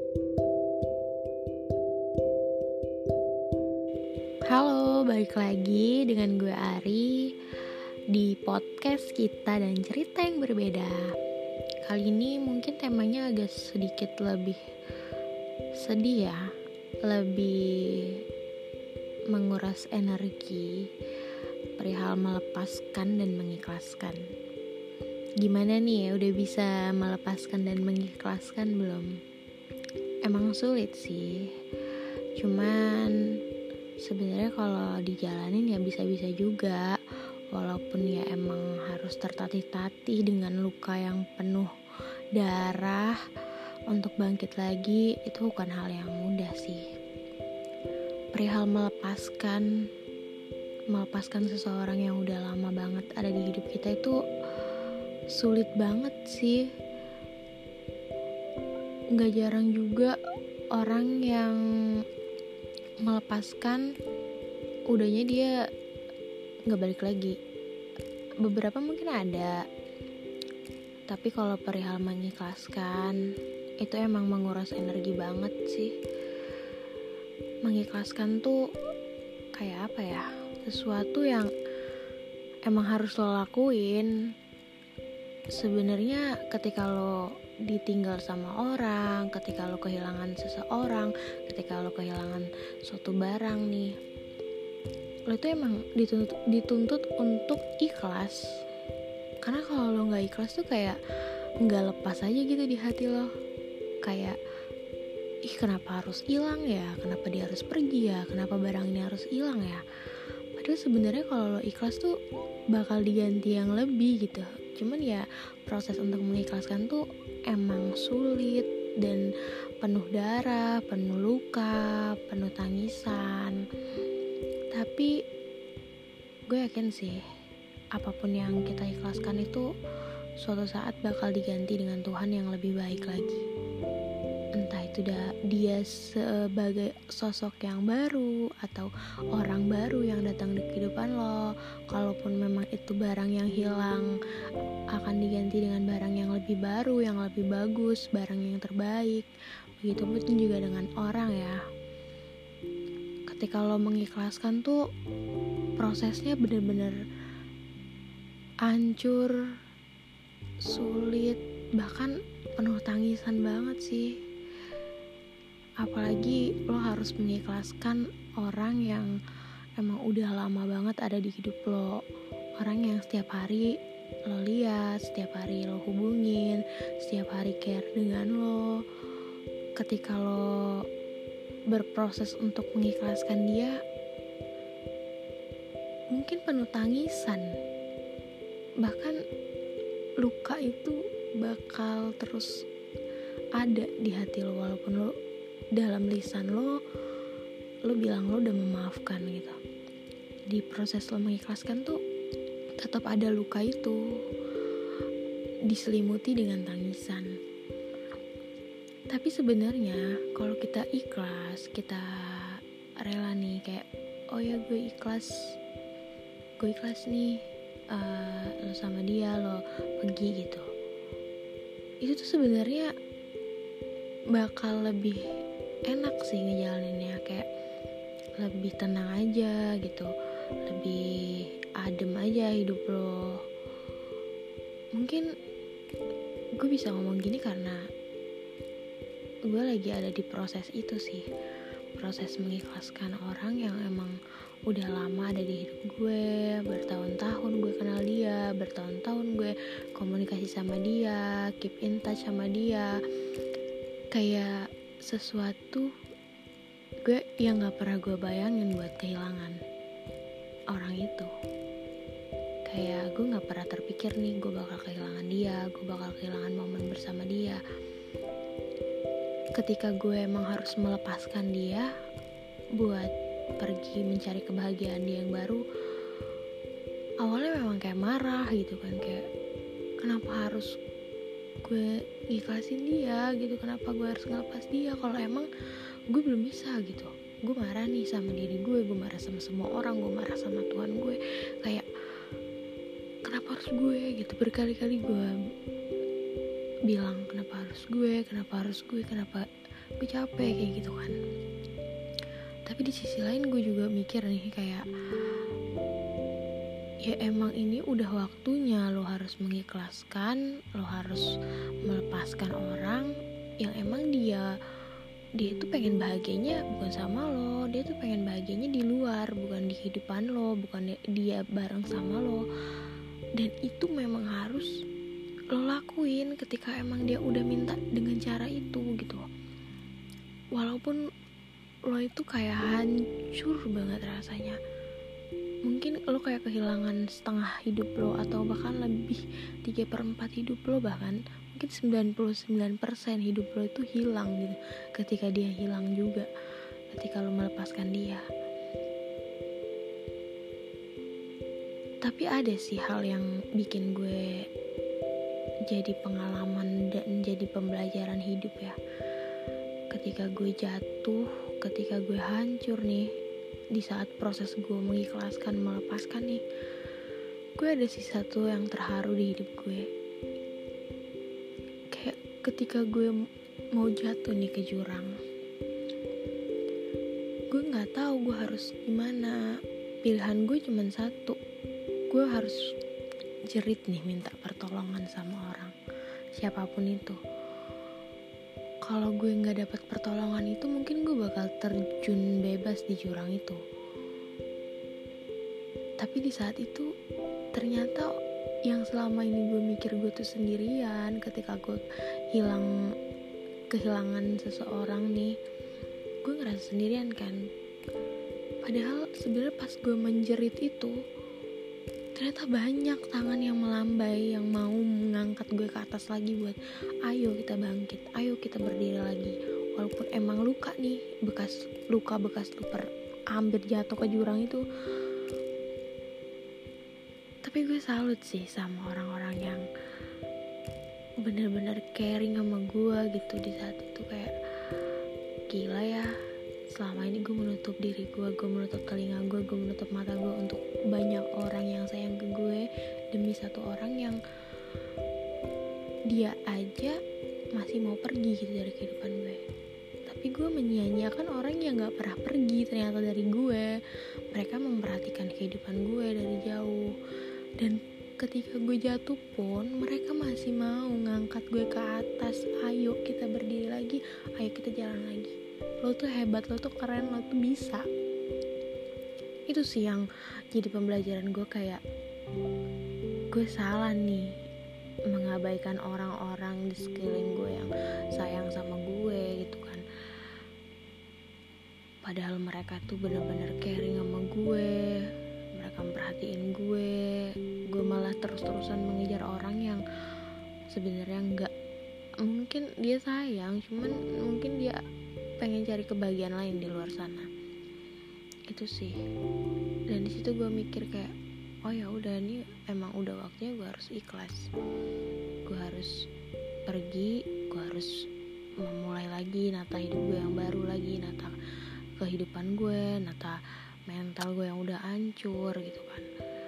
Halo, balik lagi dengan gue Ari di podcast kita dan cerita yang berbeda. Kali ini mungkin temanya agak sedikit lebih sedih ya, lebih menguras energi perihal melepaskan dan mengikhlaskan. Gimana nih, udah bisa melepaskan dan mengikhlaskan belum? Emang sulit sih, cuman sebenarnya kalau dijalanin ya bisa-bisa juga. Walaupun ya emang harus tertatih-tatih dengan luka yang penuh darah, untuk bangkit lagi itu bukan hal yang mudah sih. Perihal melepaskan seseorang yang udah lama banget ada di hidup kita itu sulit banget sih. Gak jarang juga orang yang melepaskan udahnya dia gak balik lagi. Beberapa mungkin ada, tapi kalau perihal mengikhlaskan itu emang menguras energi banget sih. Mengikhlaskan tuh kayak apa ya, sesuatu yang emang harus lo lakuin. Sebenarnya ketika lo ditinggal sama orang, ketika lo kehilangan seseorang, ketika lo kehilangan suatu barang nih, lo tuh emang dituntut untuk ikhlas. Karena kalau lo gak ikhlas tuh kayak gak lepas aja gitu di hati lo. Kayak, kenapa harus hilang ya, kenapa dia harus pergi ya, kenapa barang ini harus hilang ya. Padahal sebenarnya kalau lo ikhlas tuh bakal diganti yang lebih gitu. Cuman ya proses untuk mengikhlaskan tuh emang sulit dan penuh darah, penuh luka, penuh tangisan. Tapi gue yakin sih, apapun yang kita ikhlaskan itu suatu saat bakal diganti dengan Tuhan yang lebih baik lagi. Entah itu dia sebagai sosok yang baru atau orang baru yang datang di kehidupan lo. Kalaupun memang itu barang yang hilang, akan diganti dengan barang yang lebih baru, yang lebih bagus, barang yang terbaik. Begitupun juga dengan orang ya. Ketika lo mengikhlaskan tuh prosesnya bener-bener hancur, sulit, bahkan penuh tangisan banget sih. Apalagi lo harus mengikhlaskan orang yang emang udah lama banget ada di hidup lo. Orang yang setiap hari lo lihat, setiap hari lo hubungin, setiap hari care dengan lo. Ketika lo berproses untuk mengikhlaskan dia, mungkin penuh tangisan. Bahkan luka itu bakal terus ada di hati lo, walaupun lo dalam lisan lo bilang lo udah memaafkan gitu. Di proses lo mengikhlaskan tuh tetap ada luka itu, diselimuti dengan tangisan. Tapi sebenarnya kalau kita ikhlas, kita rela nih kayak, oh ya gue ikhlas nih, lo sama dia, lo pergi gitu. Itu tuh sebenarnya bakal lebih enak sih ngejalaninnya, kayak lebih tenang aja gitu, lebih adem aja hidup lo. Mungkin gue bisa ngomong gini karena gue lagi ada di proses itu sih, proses mengikhlaskan orang yang emang udah lama ada di hidup gue. Bertahun-tahun gue kenal dia, bertahun-tahun gue komunikasi sama dia, keep in touch sama dia. Kayak sesuatu gue yang gak pernah gue bayangin buat kehilangan orang itu. Kayak gue gak pernah terpikir nih gue bakal kehilangan dia, gue bakal kehilangan momen bersama dia. Ketika gue emang harus melepaskan dia buat pergi mencari kebahagiaan dia yang baru, awalnya memang kayak marah gitu kan, kayak kenapa harus gue ikhlasin dia gitu, kenapa gue harus ngelepas dia kalau emang gue belum bisa gitu. Gue marah nih sama diri gue marah sama semua orang, gue marah sama Tuhan gue, kayak kenapa harus gue gitu. Berkali-kali gue bilang kenapa harus gue, kenapa gue capek kayak gitu kan. Tapi di sisi lain gue juga mikir nih kayak, ya emang ini udah waktunya lo harus mengikhlaskan, lo harus melepaskan orang yang emang dia itu pengen bahagianya bukan sama lo, dia tuh pengen bahagianya di luar, bukan di kehidupan lo, bukan dia bareng sama lo. Dan itu memang harus lo lakuin ketika emang dia udah minta dengan cara itu gitu. Walaupun lo itu kayak hancur banget rasanya, mungkin lo kayak kehilangan setengah hidup lo, atau bahkan lebih 3/4 hidup lo, bahkan mungkin 99% hidup lo itu hilang gitu ketika dia hilang juga, ketika lo melepaskan dia. Tapi ada sih hal yang bikin gue jadi pengalaman dan jadi pembelajaran hidup ya. Ketika gue jatuh, ketika gue hancur nih, di saat proses gue mengikhlaskan, melepaskan nih, gue ada sih satu yang terharu di hidup gue. Kayak ketika gue mau jatuh nih ke jurang, gue gak tahu gue harus gimana. Pilihan gue cuma satu, gue harus jerit nih minta pertolongan sama orang, siapapun itu. Kalau gue gak dapat pertolongan itu, mungkin gue bakal terjun bebas di jurang itu. Tapi di saat itu ternyata yang selama ini gue mikir gue tuh sendirian, ketika gue kehilangan seseorang nih, gue ngerasa sendirian kan. Padahal sebenarnya pas gue menjerit itu, ternyata banyak tangan yang melambai, yang mau mengangkat gue ke atas lagi buat ayo kita bangkit, ayo kita berdiri lagi. Walaupun emang luka nih, bekas lu hampir jatuh ke jurang itu. Tapi gue salut sih sama orang-orang yang bener-bener caring sama gue gitu di saat itu. Kayak gila ya, selama ini gue menutup diri gue menutup telinga gue menutup mata gue untuk banyak orang yang sayang ke gue, demi satu orang yang dia aja masih mau pergi gitu dari kehidupan gue. Tapi gue menyia-nyiakan orang yang gak pernah pergi ternyata dari gue. Mereka memperhatikan kehidupan gue dari jauh, dan ketika gue jatuh pun mereka masih mau ngangkat gue ke atas. Ayo kita berdiri lagi, ayo kita jalan lagi, lo tuh hebat, lo tuh keren, lo tuh bisa. Itu sih yang jadi pembelajaran gue, kayak gue salah nih mengabaikan orang-orang di sekeliling gue yang sayang sama gue gitu kan. Padahal mereka tuh benar-benar caring sama gue, mereka memperhatiin gue malah terus-terusan mengejar orang yang sebenarnya enggak, mungkin dia sayang, cuman mungkin dia pengen cari kebahagiaan lain di luar sana. Itu sih. Dan di situ gue mikir kayak, oh ya udah, ini emang udah waktunya gue harus ikhlas. Gue harus pergi, gue harus memulai lagi, nata hidup gue yang baru lagi, nata kehidupan gue, nata mental gue yang udah hancur gitu kan.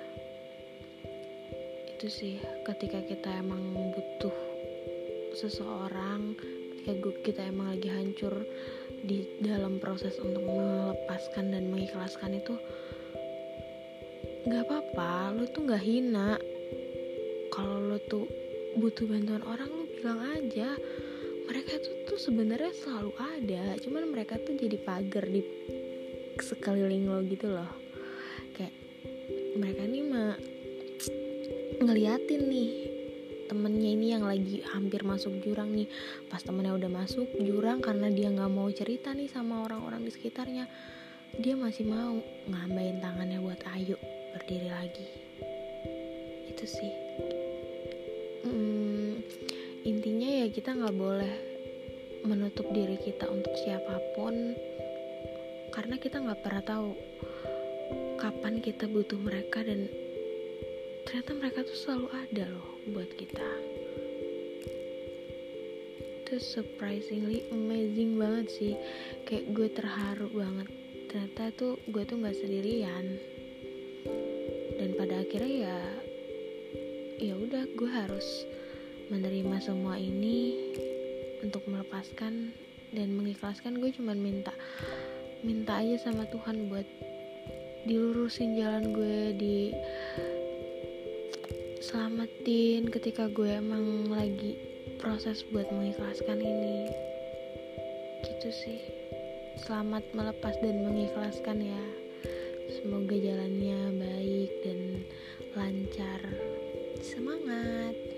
Itu sih, ketika kita emang butuh seseorang, ketika kita emang lagi hancur di dalam proses untuk melepaskan dan mengikhlaskan itu, gak apa-apa, lo tuh gak hina. Kalau lo tuh butuh bantuan orang, lo bilang aja. Mereka tuh sebenarnya selalu ada, cuman mereka tuh jadi pagar di sekeliling lo gitu loh. Kayak mereka nih mah ngeliatin nih temennya ini yang lagi hampir masuk jurang nih. Pas temennya udah masuk jurang, karena dia gak mau cerita nih sama orang-orang di sekitarnya, dia masih mau ngambain tangannya buat ayo berdiri lagi. Itu sih. Intinya ya kita gak boleh menutup diri kita untuk siapapun, karena kita gak pernah tahu kapan kita butuh mereka, dan ternyata mereka tuh selalu ada loh buat kita. Itu surprisingly amazing banget sih. Kayak gue terharu banget, ternyata tuh gue tuh gak sendirian. Dan pada akhirnya ya udah, gue harus menerima semua ini untuk melepaskan dan mengikhlaskan. Gue cuman minta aja sama Tuhan buat dilurusin jalan gue, diselamatin ketika gue emang lagi proses buat mengikhlaskan ini. Gitu sih. Selamat melepas dan mengikhlaskan ya. Semoga jalannya baik dan lancar. Semangat.